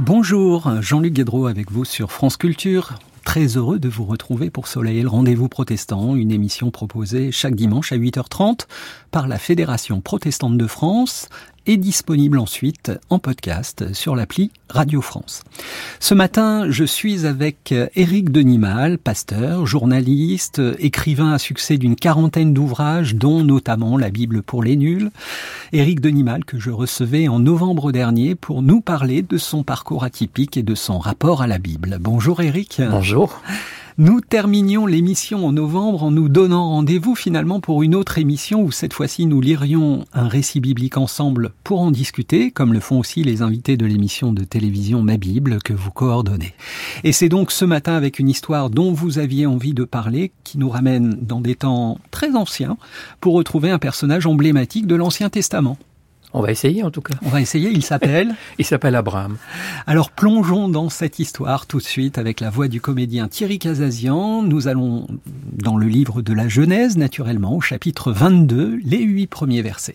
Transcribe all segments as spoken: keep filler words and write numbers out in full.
Bonjour, Jean-Luc Guédreau avec vous sur France Culture. Très heureux de vous retrouver pour Soleil et le Rendez-vous Protestant, une émission proposée chaque dimanche à huit heures trente par la Fédération Protestante de France et disponible ensuite en podcast sur l'appli Radio France. Ce matin, je suis avec Éric Denimal, pasteur, journaliste, écrivain à succès d'une quarantaine d'ouvrages, dont notamment la Bible pour les nuls. Éric Denimal, que je recevais en novembre dernier pour nous parler de son parcours atypique et de son rapport à la Bible. Bonjour Éric. Bonjour. Nous terminions l'émission en novembre en nous donnant rendez-vous finalement pour une autre émission où cette fois-ci nous lirions un récit biblique ensemble pour en discuter, comme le font aussi les invités de l'émission de télévision Ma Bible que vous coordonnez. Et c'est donc ce matin avec une histoire dont vous aviez envie de parler qui nous ramène dans des temps très anciens pour retrouver un personnage emblématique de l'Ancien Testament. On va essayer en tout cas. On va essayer, il s'appelle Il s'appelle Abraham. Alors plongeons dans cette histoire tout de suite avec la voix du comédien Thierry Cazazian. Nous allons dans le livre de la Genèse, naturellement, au chapitre vingt-deux, les huit premiers versets.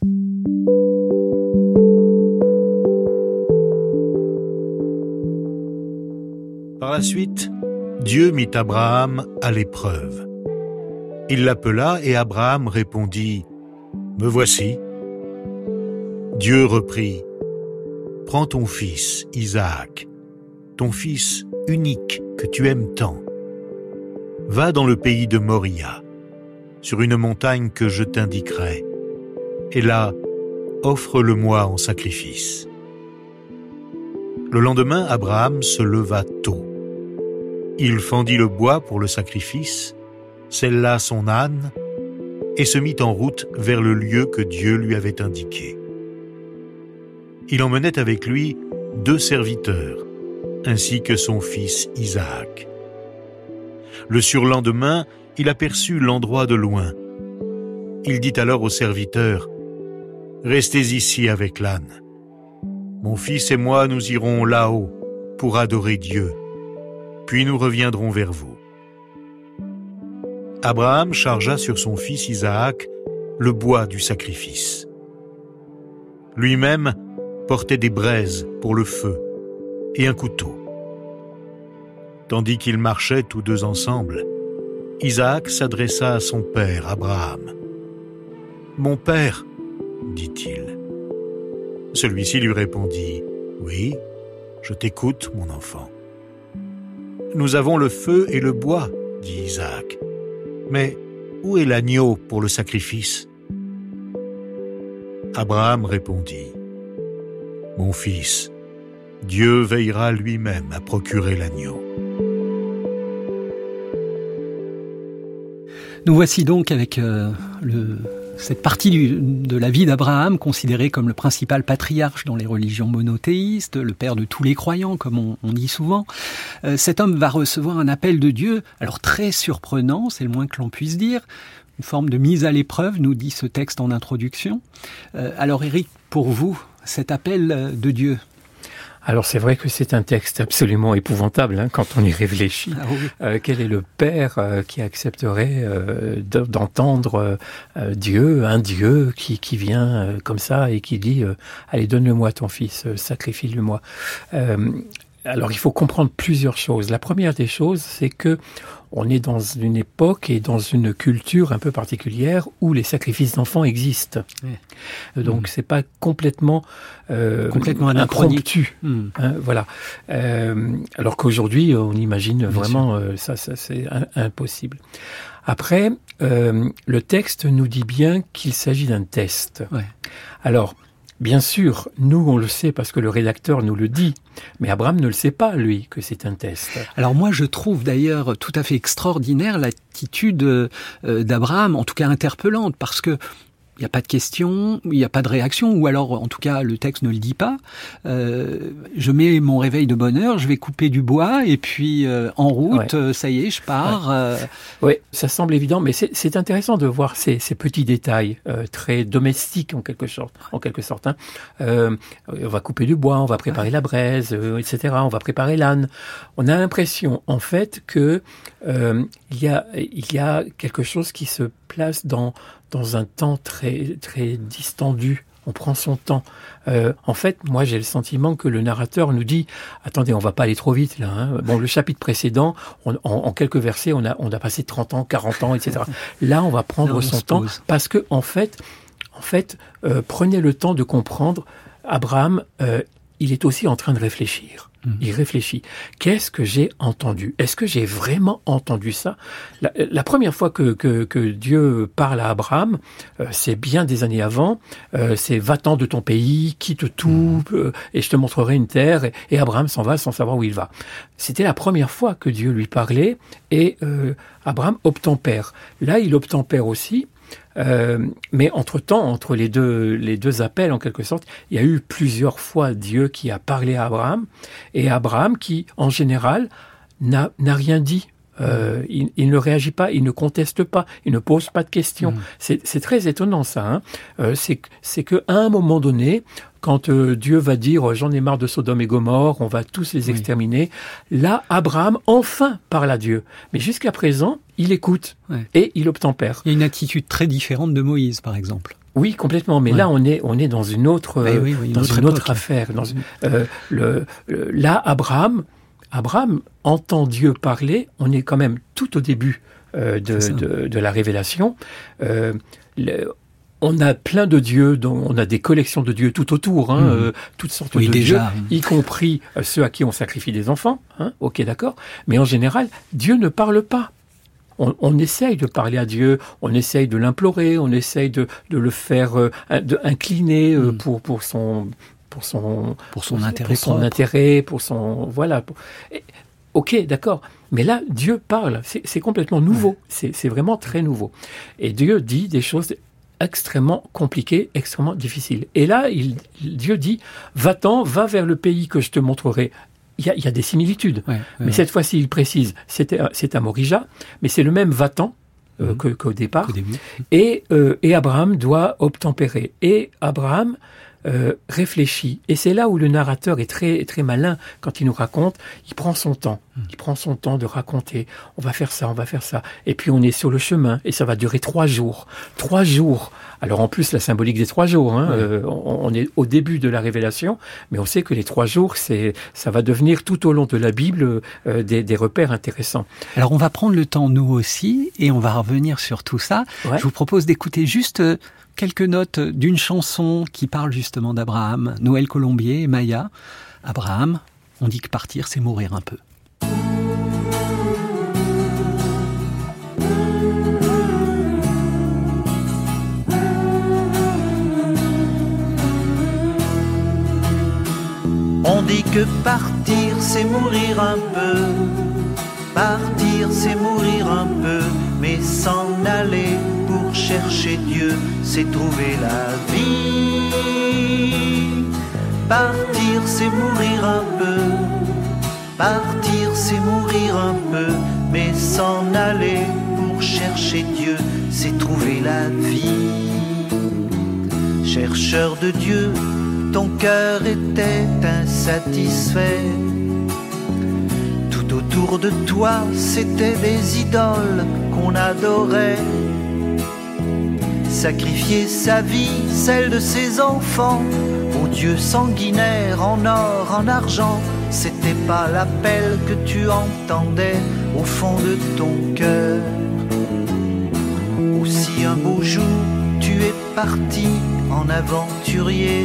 Par la suite, Dieu mit Abraham à l'épreuve. Il l'appela et Abraham répondit « Me voici ». Dieu reprit « Prends ton fils, Isaac, ton fils unique que tu aimes tant. Va dans le pays de Moria, sur une montagne que je t'indiquerai, et là, offre-le-moi en sacrifice. » Le lendemain, Abraham se leva tôt. Il fendit le bois pour le sacrifice, sella son âne, et se mit en route vers le lieu que Dieu lui avait indiqué. Il emmenait avec lui deux serviteurs, ainsi que son fils Isaac. Le surlendemain, il aperçut l'endroit de loin. Il dit alors aux serviteurs « Restez ici avec l'âne. Mon fils et moi, nous irons là-haut pour adorer Dieu, puis nous reviendrons vers vous. » Abraham chargea sur son fils Isaac le bois du sacrifice. Lui-même portait des braises pour le feu et un couteau. Tandis qu'ils marchaient tous deux ensemble, Isaac s'adressa à son père, Abraham. « Mon père, dit-il. » Celui-ci lui répondit, « Oui, je t'écoute, mon enfant. »« Nous avons le feu et le bois, dit Isaac. Mais où est l'agneau pour le sacrifice ?» Abraham répondit, « Mon fils, Dieu veillera lui-même à procurer l'agneau. » Nous voici donc avec euh, le, cette partie du, de la vie d'Abraham, considéré comme le principal patriarche dans les religions monothéistes, le père de tous les croyants, comme on, on dit souvent. Euh, cet homme va recevoir un appel de Dieu, alors très surprenant, c'est le moins que l'on puisse dire, une forme de mise à l'épreuve, nous dit ce texte en introduction. Euh, alors Éric, pour vous, cet appel de Dieu? Alors c'est vrai que c'est un texte absolument épouvantable hein, quand on y réfléchit. Ah oui. euh, quel est le père euh, qui accepterait euh, de, d'entendre euh, Dieu, un Dieu qui, qui vient euh, comme ça et qui dit euh, « Allez, donne-le-moi ton fils, euh, sacrifie-le-moi euh, ». Alors il faut comprendre plusieurs choses. La première des choses, c'est que on est dans une époque et dans une culture un peu particulière où les sacrifices d'enfants existent. Oui. Donc mmh. c'est pas complètement euh, complètement impromptu. Mmh. Hein, voilà. Euh, alors qu'aujourd'hui on imagine Bien vraiment euh, ça, ça c'est un, impossible. Après, euh, le texte nous dit bien qu'il s'agit d'un test. Ouais. Alors. Bien sûr, nous on le sait parce que le rédacteur nous le dit, mais Abraham ne le sait pas, lui, que c'est un test. Alors moi je trouve d'ailleurs tout à fait extraordinaire l'attitude euh, d'Abraham, en tout cas interpellante, parce que il n'y a pas de question, il n'y a pas de réaction, ou alors en tout cas le texte ne le dit pas. Euh, je mets mon réveil de bonne heure, je vais couper du bois et puis euh, en route, ouais. euh, ça y est, je pars. Ouais, euh... ouais ça semble évident, mais c'est, c'est intéressant de voir ces, ces petits détails euh, très domestiques en quelque sorte. En quelque sorte hein. euh, on va couper du bois, on va préparer ouais. la braise, euh, et cetera. On va préparer l'âne. On a l'impression en fait que euh, il y a il y a quelque chose qui se place dans dans un temps très très distendu on prend son temps. Euh, en fait, moi, j'ai le sentiment que le narrateur nous dit « Attendez, on va pas aller trop vite, là. Hein. » Bon, le chapitre précédent, on, en, en quelques versets, on a, on a passé trente ans, quarante ans, et cetera. Là, on va prendre non, son temps parce que, en fait, en fait euh, prenez le temps de comprendre, Abraham, euh, il est aussi en train de réfléchir. Il réfléchit. Qu'est-ce que j'ai entendu? Est-ce que j'ai vraiment entendu ça? La, la première fois que, que, que Dieu parle à Abraham, euh, c'est bien des années avant. Euh, c'est va-t'en de ton pays, quitte tout, euh, et je te montrerai une terre. Et, et Abraham s'en va sans savoir où il va. C'était la première fois que Dieu lui parlait, et euh, Abraham obtempère. Là, il obtempère aussi. Euh, mais entre-temps, entre les deux, les deux appels, en quelque sorte, il y a eu plusieurs fois Dieu qui a parlé à Abraham, et Abraham qui, en général, n'a, n'a rien dit. Euh, il, il ne réagit pas, il ne conteste pas, il ne pose pas de questions. Mmh. C'est, c'est très étonnant, ça. Hein. Euh, c'est, c'est qu'à un moment donné, quand euh, Dieu va dire « J'en ai marre de Sodome et Gomorrhe, on va tous les exterminer oui. », là, Abraham, enfin, parle à Dieu. Mais jusqu'à présent, il écoute ouais. et il obtempère. Il y a une attitude très différente de Moïse, par exemple. Oui, complètement. Mais ouais. là, on est, on est dans une autre, euh, oui, oui, une dans autre, une autre affaire. Dans une, euh, le, le, là, Abraham... Abraham entend Dieu parler, on est quand même tout au début euh, de, de, de la révélation. Euh, le, on a plein de dieux, dont on a des collections de dieux tout autour, hein, mmh. euh, toutes sortes oui, de déjà. dieux, y compris euh, ceux à qui on sacrifie des enfants. Hein, ok, d'accord. Mais en général, Dieu ne parle pas. On, on essaye de parler à Dieu, on essaye de l'implorer, on essaye de, de le faire euh, de incliner euh, mmh. pour, pour son... pour son pour son pour, intérêt pour son intérêt pour son voilà pour... Et, ok d'accord mais là Dieu parle c'est, c'est complètement nouveau ouais. c'est, c'est vraiment très nouveau et Dieu dit des choses extrêmement compliquées extrêmement difficiles et là il, Dieu dit va-t'en va vers le pays que je te montrerai. Il y a, il y a des similitudes ouais, ouais, mais ouais. cette fois-ci il précise c'était, c'est à Morija mais c'est le même va-t'en euh, mmh. que, qu'au départ qu'au et, euh, et Abraham doit obtempérer et Abraham Euh, réfléchit. Et c'est là où le narrateur est très, très malin quand il nous raconte. Il prend son temps. Il prend son temps de raconter. On va faire ça, on va faire ça. Et puis on est sur le chemin et ça va durer trois jours. Trois jours. Alors en plus, la symbolique des trois jours. Hein, ouais. euh, on, on est au début de la révélation, mais on sait que les trois jours, c'est, ça va devenir tout au long de la Bible euh, des, des repères intéressants. Alors on va prendre le temps nous aussi et on va revenir sur tout ça. Ouais. Je vous propose d'écouter juste Euh, quelques notes d'une chanson qui parle justement d'Abraham, Noël Colombier et Maya. Abraham, on dit que partir, c'est mourir un peu. On dit que partir, c'est mourir un peu. Partir, c'est mourir un peu, mais s'en aller pour chercher Dieu, c'est trouver la vie. Partir, c'est mourir un peu. Partir, c'est mourir un peu, mais s'en aller pour chercher Dieu, c'est trouver la vie. Chercheur de Dieu, ton cœur était insatisfait. Autour de toi, c'était des idoles qu'on adorait. Sacrifier sa vie, celle de ses enfants, aux dieux sanguinaires en or, en argent, c'était pas l'appel que tu entendais au fond de ton cœur. Aussi un beau jour, tu es parti en aventurier,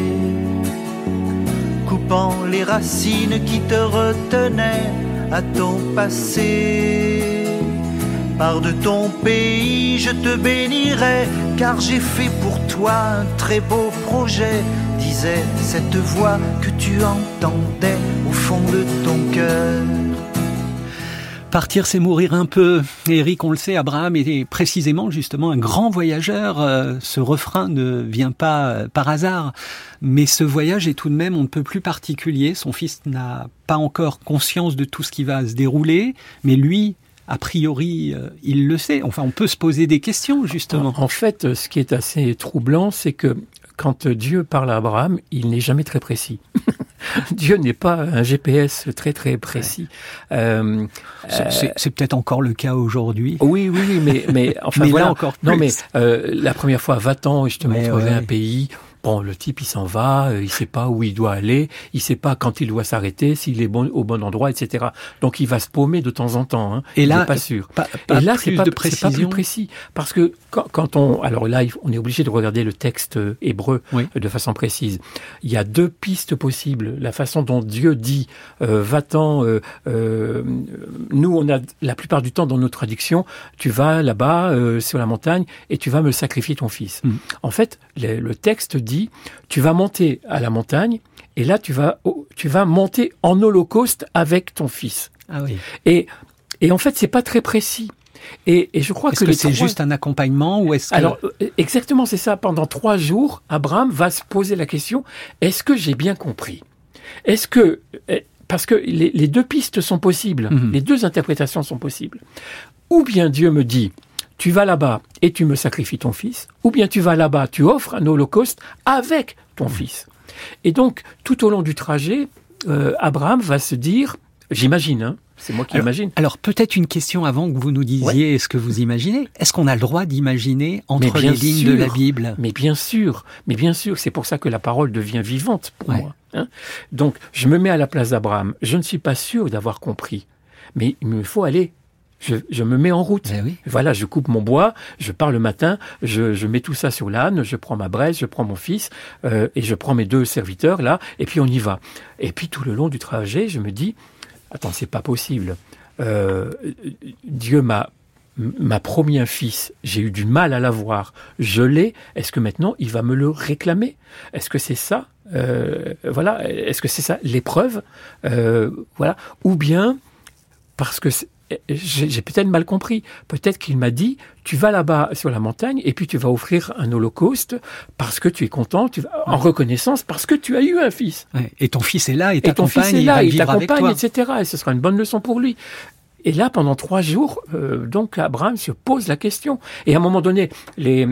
coupant les racines qui te retenaient à ton passé. Pars de ton pays, je te bénirai, car j'ai fait pour toi un très beau projet, disait cette voix que tu entendais au fond de ton cœur. Partir, c'est mourir un peu. Éric, on le sait, Abraham est précisément justement un grand voyageur. Ce refrain ne vient pas par hasard. Mais ce voyage est tout de même, on ne peut plus particulier. Son fils n'a pas encore conscience de tout ce qui va se dérouler. Mais lui, a priori, il le sait. Enfin, on peut se poser des questions, justement. En, en fait, ce qui est assez troublant, c'est que quand Dieu parle à Abraham, il n'est jamais très précis. Dieu n'est pas un G P S très très précis. Ouais. Euh, c'est, c'est, c'est peut-être encore le cas aujourd'hui. Oui, oui, mais mais enfin mais voilà. Là encore plus. Non, mais euh, la première fois, va-t'en et je te mais montrerai ouais. un pays. Bon, le type, il s'en va, euh, il sait pas où il doit aller, il sait pas quand il doit s'arrêter, s'il est bon, au bon endroit, et cetera. Donc, il va se paumer de temps en temps. Hein. Et là, il n'est pas sûr. Pas, pas Et là, plus c'est pas, de c'est pas plus précis. Parce que quand, quand on... Alors là, on est obligé de regarder le texte hébreu oui. de façon précise. Il y a deux pistes possibles. La façon dont Dieu dit euh, « va-t'en euh, euh, », nous, on a la plupart du temps dans nos traductions, tu vas là-bas, euh, sur la montagne, et tu vas me sacrifier ton fils. Mmh. En fait, le, le texte dit, tu vas monter à la montagne, et là, tu vas, tu vas monter en holocauste avec ton fils. Ah oui. Et, et en fait, c'est pas très précis. Et, et je crois est-ce que, que les c'est trois... juste un accompagnement ou est-ce que... Alors, exactement, c'est ça. Pendant trois jours, Abraham va se poser la question, est-ce que j'ai bien compris? Est-ce que... Parce que les, les deux pistes sont possibles, mmh. les deux interprétations sont possibles. Ou bien Dieu me dit, tu vas là-bas et tu me sacrifies ton fils, ou bien tu vas là-bas, tu offres un holocauste avec ton mmh. fils. Et donc, tout au long du trajet, euh, Abraham va se dire, j'imagine, hein, c'est moi qui alors, imagine. Alors, peut-être une question avant que vous nous disiez ouais. ce que vous imaginez. Est-ce qu'on a le droit d'imaginer entre les lignes sûr, de la Bible? Mais bien sûr, mais bien sûr, c'est pour ça que la parole devient vivante pour ouais. moi. Hein. Donc, je me mets à la place d'Abraham. Je ne suis pas sûr d'avoir compris, mais il me faut aller. Je, je me mets en route. Eh oui. Voilà, je coupe mon bois, je pars le matin, je, je mets tout ça sur l'âne, je prends ma braise, je prends mon fils euh, et je prends mes deux serviteurs là, et puis on y va. Et puis tout le long du trajet, je me dis, attends, c'est pas possible. Euh, Dieu m'a m'a promis un fils, j'ai eu du mal à l'avoir, je l'ai, est-ce que maintenant il va me le réclamer? Est-ce que c'est ça euh, voilà, est-ce que c'est ça l'épreuve? euh, Voilà, ou bien parce que j'ai, j'ai peut-être mal compris, peut-être qu'il m'a dit tu vas là-bas sur la montagne et puis tu vas offrir un holocauste parce que tu es content, tu vas, en reconnaissance parce que tu as eu un fils. Ouais, et ton fils est là, et ton fils est là, il t'accompagne, et cetera. Et ce sera une bonne leçon pour lui. Et là, pendant trois jours, euh, donc Abraham se pose la question. Et à un moment donné, les,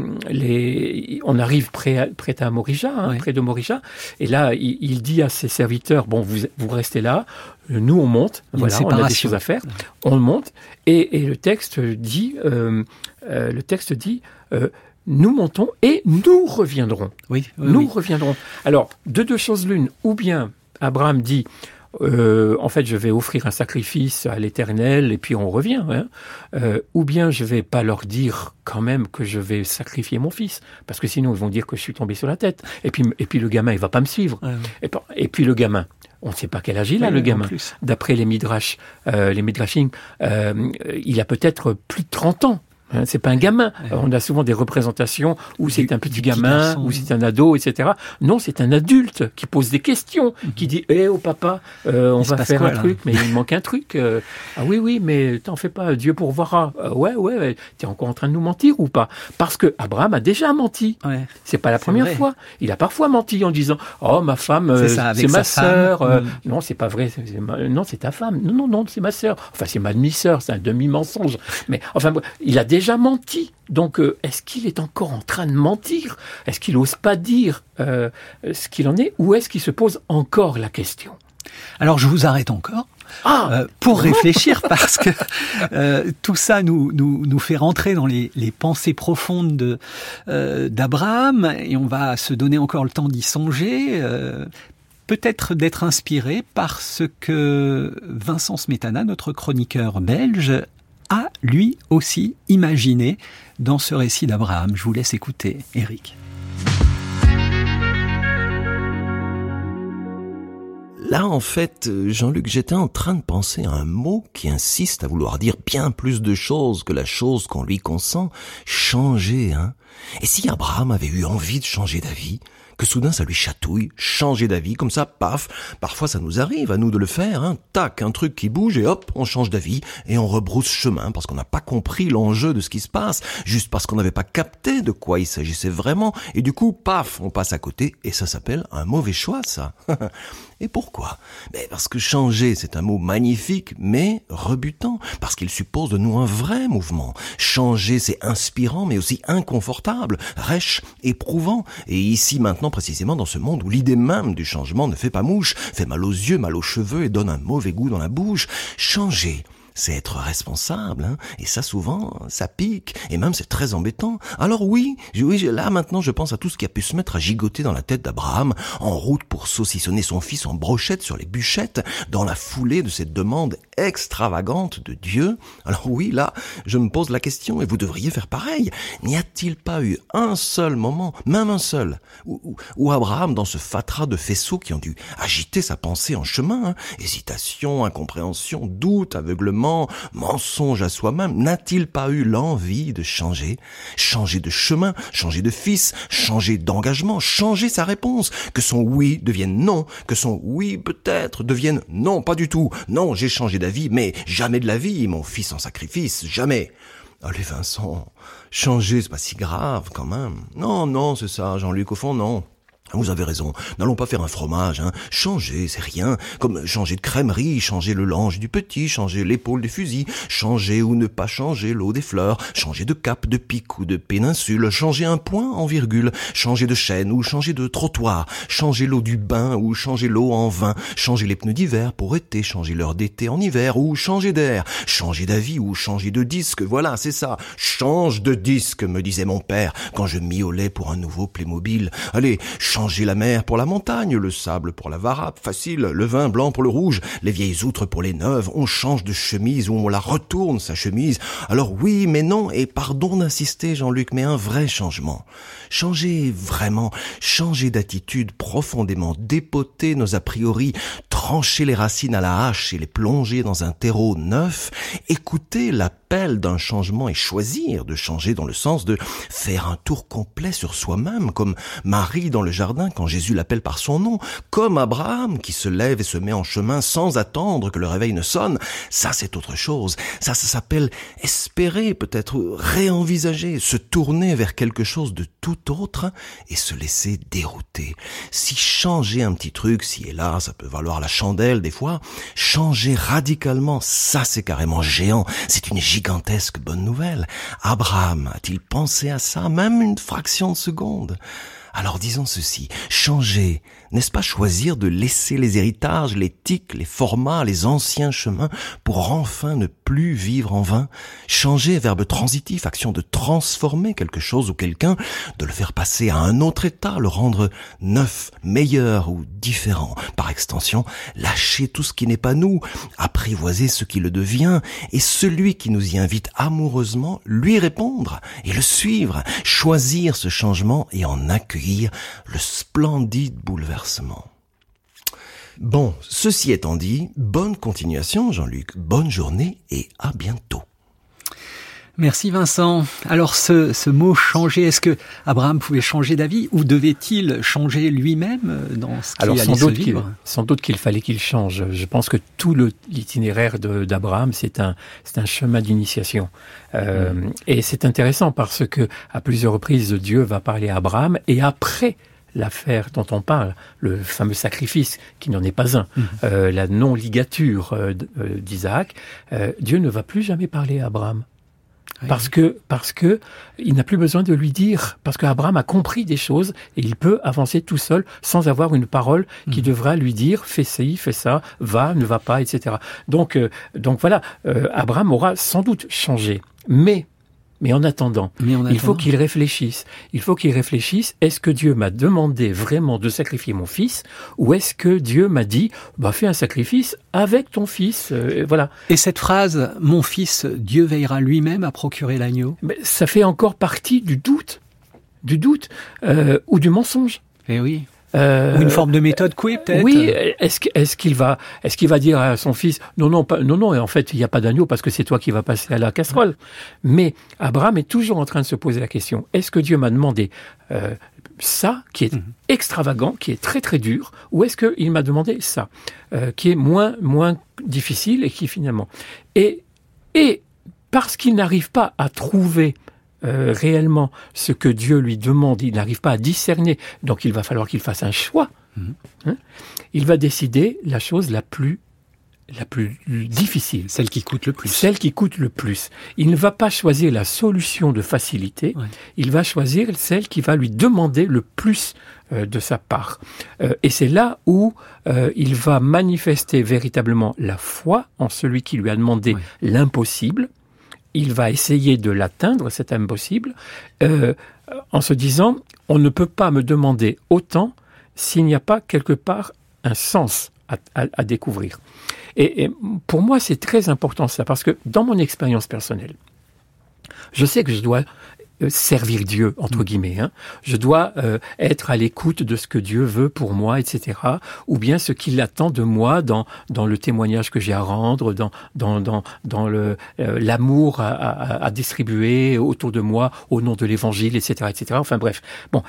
les, on arrive près à, près à Morija, hein, oui. près de Morija. Et là, il, il dit à ses serviteurs, bon, vous, vous restez là. Nous, on monte. Voilà, on a des choses à faire. On monte. Et, et le texte dit, euh, euh, le texte dit. Euh, nous montons et nous reviendrons. Oui. oui nous oui. reviendrons. Alors, de deux choses l'une. Ou bien Abraham dit. Euh, en fait, je vais offrir un sacrifice à l'Éternel et puis on revient. Hein. Euh, ou bien je vais pas leur dire quand même que je vais sacrifier mon fils, parce que sinon ils vont dire que je suis tombé sur la tête. Et puis, et puis le gamin, il va pas me suivre. Ouais, ouais. Et, et puis le gamin, on ne sait pas quel âge il a, ouais, le gamin. D'après les midrash, euh, les midrashim, euh, il a peut-être plus de trente ans. Hein, c'est pas un gamin. Ouais. On a souvent des représentations où du, c'est un petit gamin, où c'est un ado, et cetera. Non, c'est un adulte qui pose des questions, mm-hmm. qui dit "Eh, oh papa, euh, on il va faire quoi, un là truc, mais il manque un truc. Euh, ah oui, oui, mais t'en fais pas, Dieu pourvoira. Euh, ouais, ouais, ouais. T'es encore en train de nous mentir ou pas? Parce que Abraham a déjà menti. Ouais. C'est pas la c'est première vrai. fois. Il a parfois menti en disant "Oh, ma femme, euh, c'est, ça, c'est ma sœur." Euh, mm. Non, c'est pas vrai. C'est, c'est ma... Non, c'est ta femme. Non, non, non, c'est ma sœur. Enfin, c'est ma demi-sœur. C'est un demi-mensonge. Mais enfin, il a déjà déjà menti. Donc, euh, est-ce qu'il est encore en train de mentir? Est-ce qu'il n'ose pas dire euh, ce qu'il en est? Ou est-ce qu'il se pose encore la question? Alors, je vous arrête encore. Ah, euh, pour réfléchir, parce que euh, tout ça nous, nous, nous fait rentrer dans les, les pensées profondes de, euh, d'Abraham, et on va se donner encore le temps d'y songer. Euh, peut-être d'être inspiré par ce que Vincent Smetana, notre chroniqueur belge, a lui aussi imaginé dans ce récit d'Abraham. Je vous laisse écouter, Eric. Là, en fait, Jean-Luc, j'étais en train de penser à un mot qui insiste à vouloir dire bien plus de choses que la chose qu'on lui consent. Changer, hein. Et si Abraham avait eu envie de changer d'avis, que soudain ça lui chatouille, changer d'avis, comme ça, paf, parfois ça nous arrive à nous de le faire, hein, tac, un truc qui bouge et hop, on change d'avis et on rebrousse chemin parce qu'on n'a pas compris l'enjeu de ce qui se passe, juste parce qu'on n'avait pas capté de quoi il s'agissait vraiment, et du coup, paf, on passe à côté et ça s'appelle un mauvais choix, ça. Et pourquoi? Mais parce que changer, c'est un mot magnifique, mais rebutant, parce qu'il suppose de nous un vrai mouvement. Changer, c'est inspirant, mais aussi inconfortable, rêche, éprouvant, et ici maintenant précisément dans ce monde où l'idée même du changement ne fait pas mouche, fait mal aux yeux, mal aux cheveux et donne un mauvais goût dans la bouche. Changer, c'est être responsable, hein, et ça souvent, ça pique, et même c'est très embêtant. Alors oui, oui, là maintenant je pense à tout ce qui a pu se mettre à gigoter dans la tête d'Abraham, en route pour saucissonner son fils en brochette sur les bûchettes, dans la foulée de cette demande extravagante de Dieu. Alors oui, là, je me pose la question, et vous devriez faire pareil. N'y a-t-il pas eu un seul moment, même un seul, où, où, où Abraham, dans ce fatras de faisceaux qui ont dû agiter sa pensée en chemin, hein, hésitation, incompréhension, doute, aveuglement, mensonge à soi-même, n'a-t-il pas eu l'envie de changer, changer de chemin, changer de fils, changer d'engagement, changer sa réponse, que son oui devienne non, que son oui peut-être devienne non, pas du tout, non, j'ai changé d'avis, mais jamais de la vie, mon fils en sacrifice, jamais. Allez Vincent, changer c'est pas si grave quand même. Non, non, c'est ça, Jean-Luc, au fond non. Vous avez raison, n'allons pas faire un fromage, hein. Changer, c'est rien. Comme changer de crèmerie, changer le lange du petit, changer l'épaule du fusil, changer ou ne pas changer l'eau des fleurs, changer de cap, de pic ou de péninsule, changer un point en virgule, changer de chaîne ou changer de trottoir, changer l'eau du bain ou changer l'eau en vin, changer les pneus d'hiver pour été, changer l'heure d'été en hiver ou changer d'air, changer d'avis ou changer de disque, voilà, c'est ça. Change de disque, me disait mon père quand je miaulais pour un nouveau Playmobil. Allez, changer la mer pour la montagne, le sable pour la varap, facile, le vin blanc pour le rouge, les vieilles outres pour les neuves, on change de chemise ou on la retourne sa chemise. Alors oui, mais non, et pardon d'insister Jean-Luc, mais un vrai changement. Changer vraiment, changer d'attitude profondément, dépoter nos a priori, trancher les racines à la hache et les plonger dans un terreau neuf, écouter l'appel d'un changement et choisir de changer dans le sens de faire un tour complet sur soi-même, comme Marie dans le jardin quand Jésus l'appelle par son nom, comme Abraham qui se lève et se met en chemin sans attendre que le réveil ne sonne. Ça, c'est autre chose. Ça, ça s'appelle espérer, peut-être réenvisager, se tourner vers quelque chose de tout autre et se laisser dérouter. Si changer un petit truc, si et là, ça peut valoir la chandelle des fois, changer radicalement, ça c'est carrément géant. C'est une gigantesque bonne nouvelle. Abraham a-t-il pensé à ça, même une fraction de seconde ? Alors disons ceci, changer, n'est-ce pas choisir de laisser les héritages, les tics, les formats, les anciens chemins pour enfin ne plus vivre en vain? Changer, verbe transitif, action de transformer quelque chose ou quelqu'un, de le faire passer à un autre état, le rendre neuf, meilleur ou différent. Par extension, lâcher tout ce qui n'est pas nous, apprivoiser ce qui le devient, et celui qui nous y invite amoureusement, lui répondre et le suivre, choisir ce changement et en accueillir le splendide bouleversement. Bon, ceci étant dit, bonne continuation Jean-Luc, bonne journée et à bientôt. Merci Vincent. Alors ce, ce mot changer, est-ce que Abraham pouvait changer d'avis ou devait-il changer lui-même dans ce qui Alors, allait sans se doute vivre ? qu'il, sans doute qu'il fallait qu'il change. Je pense que tout le, l'itinéraire de, d'Abraham, c'est un, c'est un chemin d'initiation. Euh, mmh. Et c'est intéressant parce que à plusieurs reprises, Dieu va parler à Abraham et après l'affaire dont on parle, le fameux sacrifice, qui n'en est pas un, mmh. euh, la non-ligature euh, d'Isaac, euh, Dieu ne va plus jamais parler à Abraham. Parce que, parce que, il n'a plus besoin de lui dire, parce qu'Abraham a compris des choses et il peut avancer tout seul sans avoir une parole qui mmh. devra lui dire fais ci, fais ça, va, ne va pas, et cetera. Donc, euh, donc voilà, euh, Abraham aura sans doute changé, mais Mais en attendant, Mais en attendant, il faut qu'il réfléchisse. Il faut qu'il réfléchisse. Est-ce que Dieu m'a demandé vraiment de sacrifier mon fils, ou est-ce que Dieu m'a dit, bah fais un sacrifice avec ton fils, euh, voilà. Et cette phrase, mon fils, Dieu veillera lui-même à procurer l'agneau. Mais ça fait encore partie du doute, du doute euh, ou du mensonge. Eh oui. Euh, Ou une forme de méthode couée, peut-être. Oui. Est-ce, est-ce qu'il va, est-ce qu'il va dire à son fils, non, non, pas, non, non. Et en fait, il n'y a pas d'agneau parce que c'est toi qui vas passer à la casserole. Mais Abraham est toujours en train de se poser la question est-ce que Dieu m'a demandé euh, ça, qui est mmh. extravagant, qui est très très dur, ou est-ce qu'il m'a demandé ça, euh, qui est moins moins difficile et qui finalement et et parce qu'il n'arrive pas à trouver Euh, réellement ce que Dieu lui demande, il n'arrive pas à discerner, donc il va falloir qu'il fasse un choix. Mmh. Hein, il va décider la chose la plus la plus difficile. Celle qui coûte le plus. Celle qui coûte le plus. Il ne va pas choisir la solution de facilité, ouais. Il va choisir celle qui va lui demander le plus euh, de sa part. Euh, et c'est là où euh, il va manifester véritablement la foi en celui qui lui a demandé ouais. l'impossible. Il va essayer de l'atteindre, cet impossible, euh, en se disant, on ne peut pas me demander autant s'il n'y a pas quelque part un sens à, à, à découvrir. Et, et pour moi, c'est très important ça, parce que dans mon expérience personnelle, je sais que je dois servir Dieu, entre guillemets. Hein. Je dois euh, être à l'écoute de ce que Dieu veut pour moi, et cetera. Ou bien ce qu'il attend de moi dans dans le témoignage que j'ai à rendre, dans dans dans dans le euh, l'amour à, à, à distribuer autour de moi au nom de l'Évangile, et cetera, et cetera. Enfin bref, bon.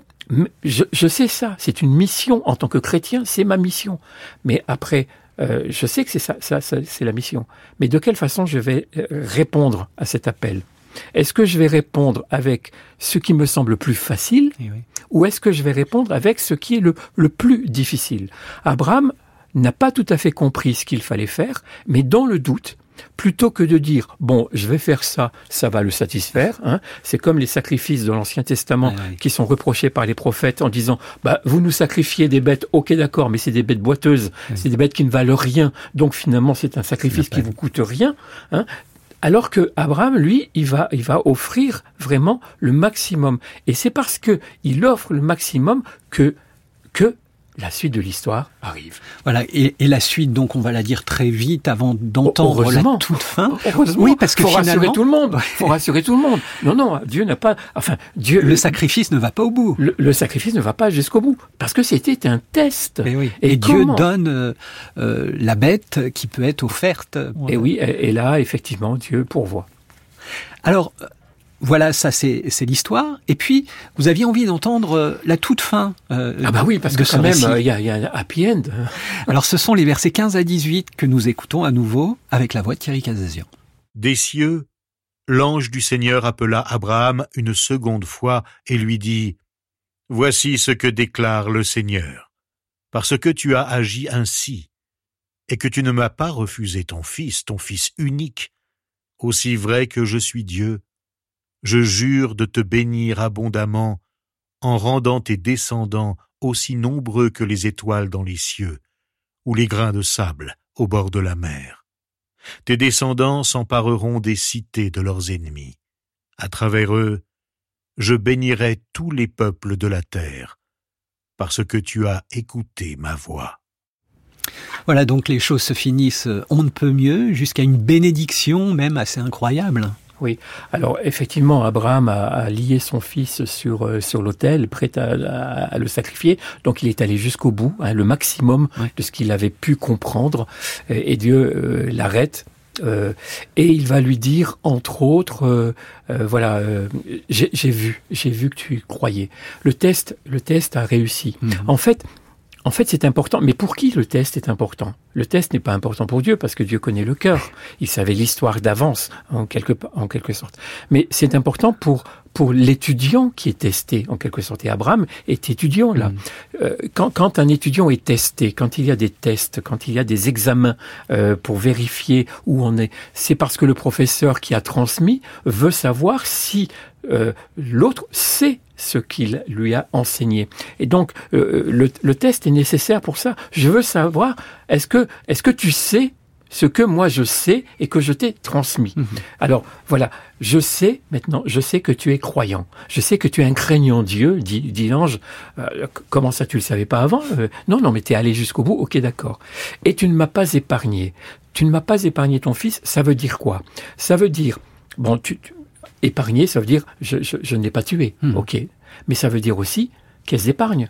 Je, je sais ça, c'est une mission en tant que chrétien, c'est ma mission. Mais après, euh, je sais que c'est ça, ça, ça, c'est la mission. Mais de quelle façon je vais répondre à cet appel ? Est-ce que je vais répondre avec ce qui me semble plus facile, oui. ou est-ce que je vais répondre avec ce qui est le, le plus difficile ? Abraham n'a pas tout à fait compris ce qu'il fallait faire, mais dans le doute, plutôt que de dire « bon, je vais faire ça, ça va le satisfaire hein. », c'est comme les sacrifices de l'Ancien Testament ah, oui. qui sont reprochés par les prophètes en disant bah, « vous nous sacrifiez des bêtes, ok d'accord, mais c'est des bêtes boiteuses, oui. c'est des bêtes qui ne valent rien, donc finalement c'est un sacrifice qui vous coûte rien hein. ». Alors que Abraham, lui, il va, il va offrir vraiment le maximum. Et c'est parce que il offre le maximum que, que la suite de l'histoire arrive. Voilà. Et, et la suite, donc, on va la dire très vite avant d'entendre la toute fin. Heureusement. Oui, parce que faut finalement... rassurer tout le monde. Faut rassurer tout le monde. Non, non, Dieu n'a pas, enfin, Dieu. Le sacrifice ne va pas au bout. Le, le sacrifice ne va pas jusqu'au bout. Parce que c'était un test. Et oui. Et, et Dieu donne, euh, euh, la bête qui peut être offerte. Et oui. Et, et là, effectivement, Dieu pourvoit. Alors, voilà, ça c'est, c'est l'histoire. Et puis, vous aviez envie d'entendre euh, la toute fin. Euh, ah bah oui, parce que quand même, il y, y a un happy end. Alors, ce sont les versets quinze à dix-huit que nous écoutons à nouveau avec la voix de Thierry Casazian. Des cieux, l'ange du Seigneur appela Abraham une seconde fois et lui dit « Voici ce que déclare le Seigneur. Parce que tu as agi ainsi, et que tu ne m'as pas refusé ton fils, ton fils unique, aussi vrai que je suis Dieu, je jure de te bénir abondamment en rendant tes descendants aussi nombreux que les étoiles dans les cieux ou les grains de sable au bord de la mer. Tes descendants s'empareront des cités de leurs ennemis. À travers eux, je bénirai tous les peuples de la terre, parce que tu as écouté ma voix. » Voilà, donc les choses se finissent on ne peut mieux, jusqu'à une bénédiction même assez incroyable. Oui, alors effectivement, Abraham a, a lié son fils sur euh, sur l'autel, prêt à, à, à le sacrifier. Donc il est allé jusqu'au bout, hein, le maximum oui. de ce qu'il avait pu comprendre. Et, et Dieu euh, l'arrête. Euh, et il va lui dire, entre autres, euh, euh, voilà, euh, j'ai, j'ai vu, j'ai vu que tu croyais. Le test, le test a réussi. Mmh. En fait. En fait, c'est important. Mais pour qui le test est important ? Le test n'est pas important pour Dieu, parce que Dieu connaît le cœur. Il savait l'histoire d'avance, en quelque, en quelque sorte. Mais c'est important pour, pour l'étudiant qui est testé, en quelque sorte. Et Abraham est étudiant, là. Mmh. Euh, quand, quand un étudiant est testé, quand il y a des tests, quand il y a des examens euh, pour vérifier où on est, c'est parce que le professeur qui a transmis veut savoir si euh, l'autre sait ce qu'il lui a enseigné. Et donc, euh, le, le test est nécessaire pour ça. Je veux savoir, est-ce que, est-ce que tu sais ce que moi je sais et que je t'ai transmis. Mmh. Alors, voilà, je sais maintenant, je sais que tu es croyant. Je sais que tu es un craignant Dieu, dit, dit l'ange. Euh, comment ça, tu le savais pas avant ? euh, Non, non, mais t'es allé jusqu'au bout, ok, d'accord. Et tu ne m'as pas épargné. Tu ne m'as pas épargné ton fils, ça veut dire quoi ? Ça veut dire, bon, tu... tu épargner, ça veut dire je, je, je ne l'ai pas tué, mmh. ok. Mais ça veut dire aussi qu'elle s'épargne.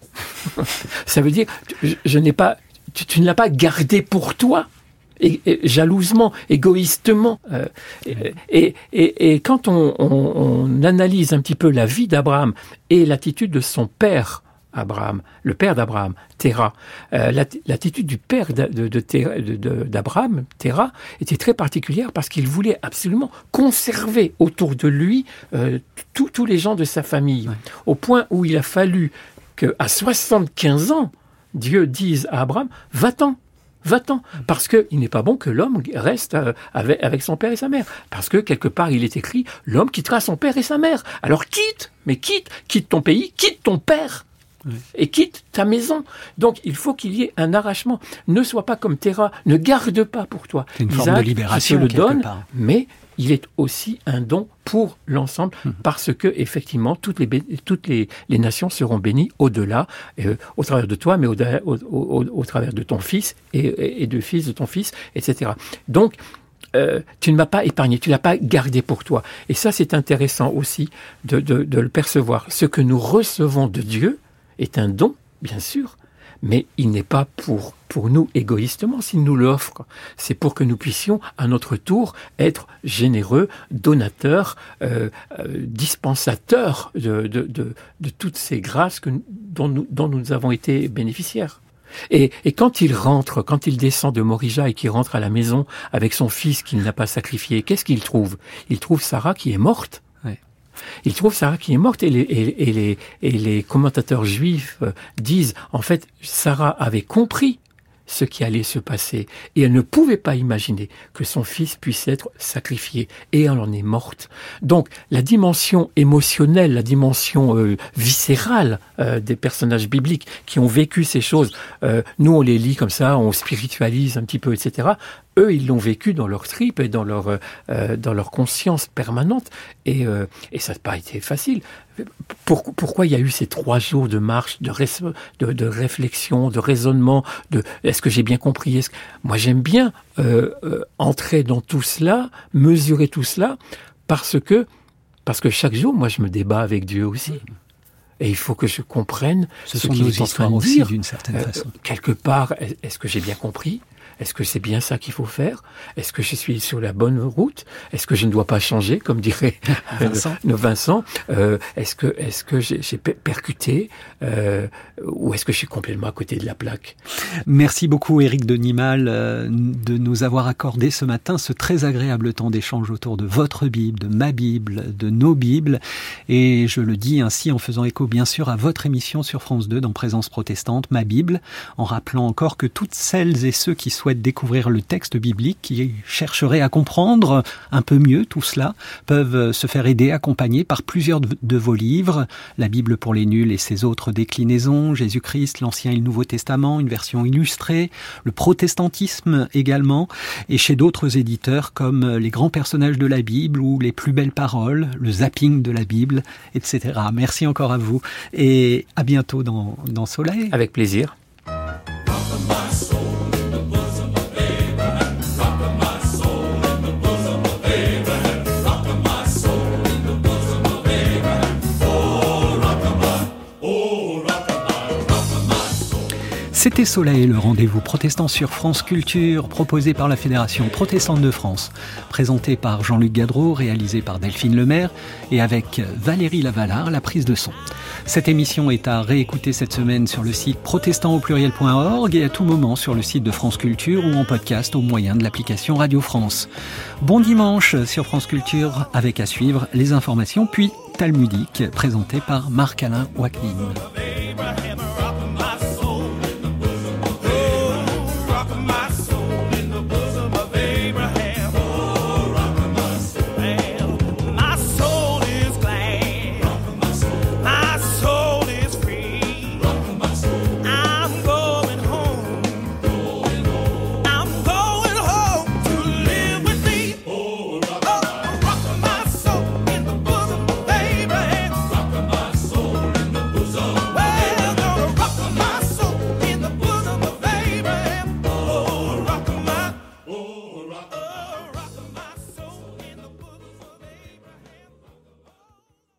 Ça veut dire je, je n'ai pas, tu, tu ne l'as pas gardé pour toi, et, et, jalousement, égoïstement. Euh, et, et, et, et quand on, on, on analyse un petit peu la vie d'Abraham et l'attitude de son père Abraham, le père d'Abraham, Terah. Euh, l'attitude du père de, de, de, de, d'Abraham, Terah, était très particulière parce qu'il voulait absolument conserver autour de lui euh, tous les gens de sa famille, ouais. Au point où il a fallu qu'à soixante-quinze ans, Dieu dise à Abraham, va-t'en, Va-t'en, parce que il n'est pas bon que l'homme reste euh, avec, avec son père et sa mère. Parce que quelque part, il est écrit, l'homme quittera son père et sa mère. Alors quitte, mais quitte, quitte ton pays, quitte ton père. Oui. Et quitte ta maison. Donc, il faut qu'il y ait un arrachement. Ne sois pas comme Terah, ne garde pas pour toi. C'est une Isaac, forme de libération, je te le donne, part. Mais il est aussi un don pour l'ensemble, mmh. parce que effectivement, toutes les toutes les, les nations seront bénies au-delà, euh, au travers de toi, mais au, au, au, au travers de ton fils et, et, et du fils de ton fils, et cetera. Donc, euh, tu ne m'as pas épargné, tu l'as pas gardé pour toi. Et ça, c'est intéressant aussi de, de, de le percevoir. Ce que nous recevons de Dieu est un don, bien sûr, mais il n'est pas pour, pour nous égoïstement s'il nous l'offre. C'est pour que nous puissions, à notre tour, être généreux, donateurs, euh, euh, dispensateurs de, de, de, de toutes ces grâces que, dont, nous, dont nous avons été bénéficiaires. Et, et quand il rentre, quand il descend de Morija et qu'il rentre à la maison avec son fils qu'il n'a pas sacrifié, qu'est-ce qu'il trouve ? Il trouve Sarah qui est morte. Il trouve Sarah qui est morte et les, et, et les, et les commentateurs juifs euh, disent, en fait, Sarah avait compris ce qui allait se passer et elle ne pouvait pas imaginer que son fils puisse être sacrifié et elle en est morte. Donc, la dimension émotionnelle, la dimension euh, viscérale euh, des personnages bibliques qui ont vécu ces choses, euh, nous on les lit comme ça, on spiritualise un petit peu, et cetera. Eux, ils l'ont vécu dans leur tripes et dans leur euh, dans leur conscience permanente, et euh, et ça n'a pas été facile. Pour, pourquoi il y a eu ces trois jours de marche, de, res, de, de réflexion, de raisonnement, de est-ce que j'ai bien compris, est-ce que... Moi, j'aime bien euh, euh, entrer dans tout cela, mesurer tout cela, parce que parce que chaque jour, moi, je me débat avec Dieu aussi. Et il faut que je comprenne ce, ce sont qu'il nos est en train histoires de aussi, dire. d'une certaine euh, façon. Quelque part, est-ce que j'ai bien compris ? Est-ce que c'est bien ça qu'il faut faire ? Est-ce que je suis sur la bonne route ? Est-ce que je ne dois pas changer, comme dirait Vincent, euh, Vincent euh, Est-ce que, est-ce que j'ai, j'ai percuté euh, ou est-ce que je suis complètement à côté de la plaque ? Merci beaucoup Éric de Nimal euh, de nous avoir accordé ce matin ce très agréable temps d'échange autour de votre Bible, de ma Bible, de nos Bibles. Et je le dis ainsi en faisant écho bien sûr à votre émission sur France deux dans Présence protestante, ma Bible, en rappelant encore que toutes celles et ceux qui souhaitent découvrir le texte biblique, qui chercheraient à comprendre un peu mieux tout cela, peuvent se faire aider, accompagner par plusieurs de vos livres, la Bible pour les nuls et ses autres déclinaisons, Jésus-Christ, l'Ancien et le Nouveau Testament, une version illustrée, le protestantisme également, et chez d'autres éditeurs comme Les grands personnages de la Bible ou Les plus belles paroles, le zapping de la Bible, et cetera. Merci encore à vous et à bientôt dans, dans Soleil. Avec plaisir. C'était Soleil, le rendez-vous protestant sur France Culture, proposé par la Fédération protestante de France, présenté par Jean-Luc Gadreau, réalisé par Delphine Lemaire et avec Valérie Lavalard, la prise de son. Cette émission est à réécouter cette semaine sur le site protestant au pluriel point org et à tout moment sur le site de France Culture ou en podcast au moyen de l'application Radio France. Bon dimanche sur France Culture avec à suivre les informations puis Talmudique présenté par Marc-Alain Waknin.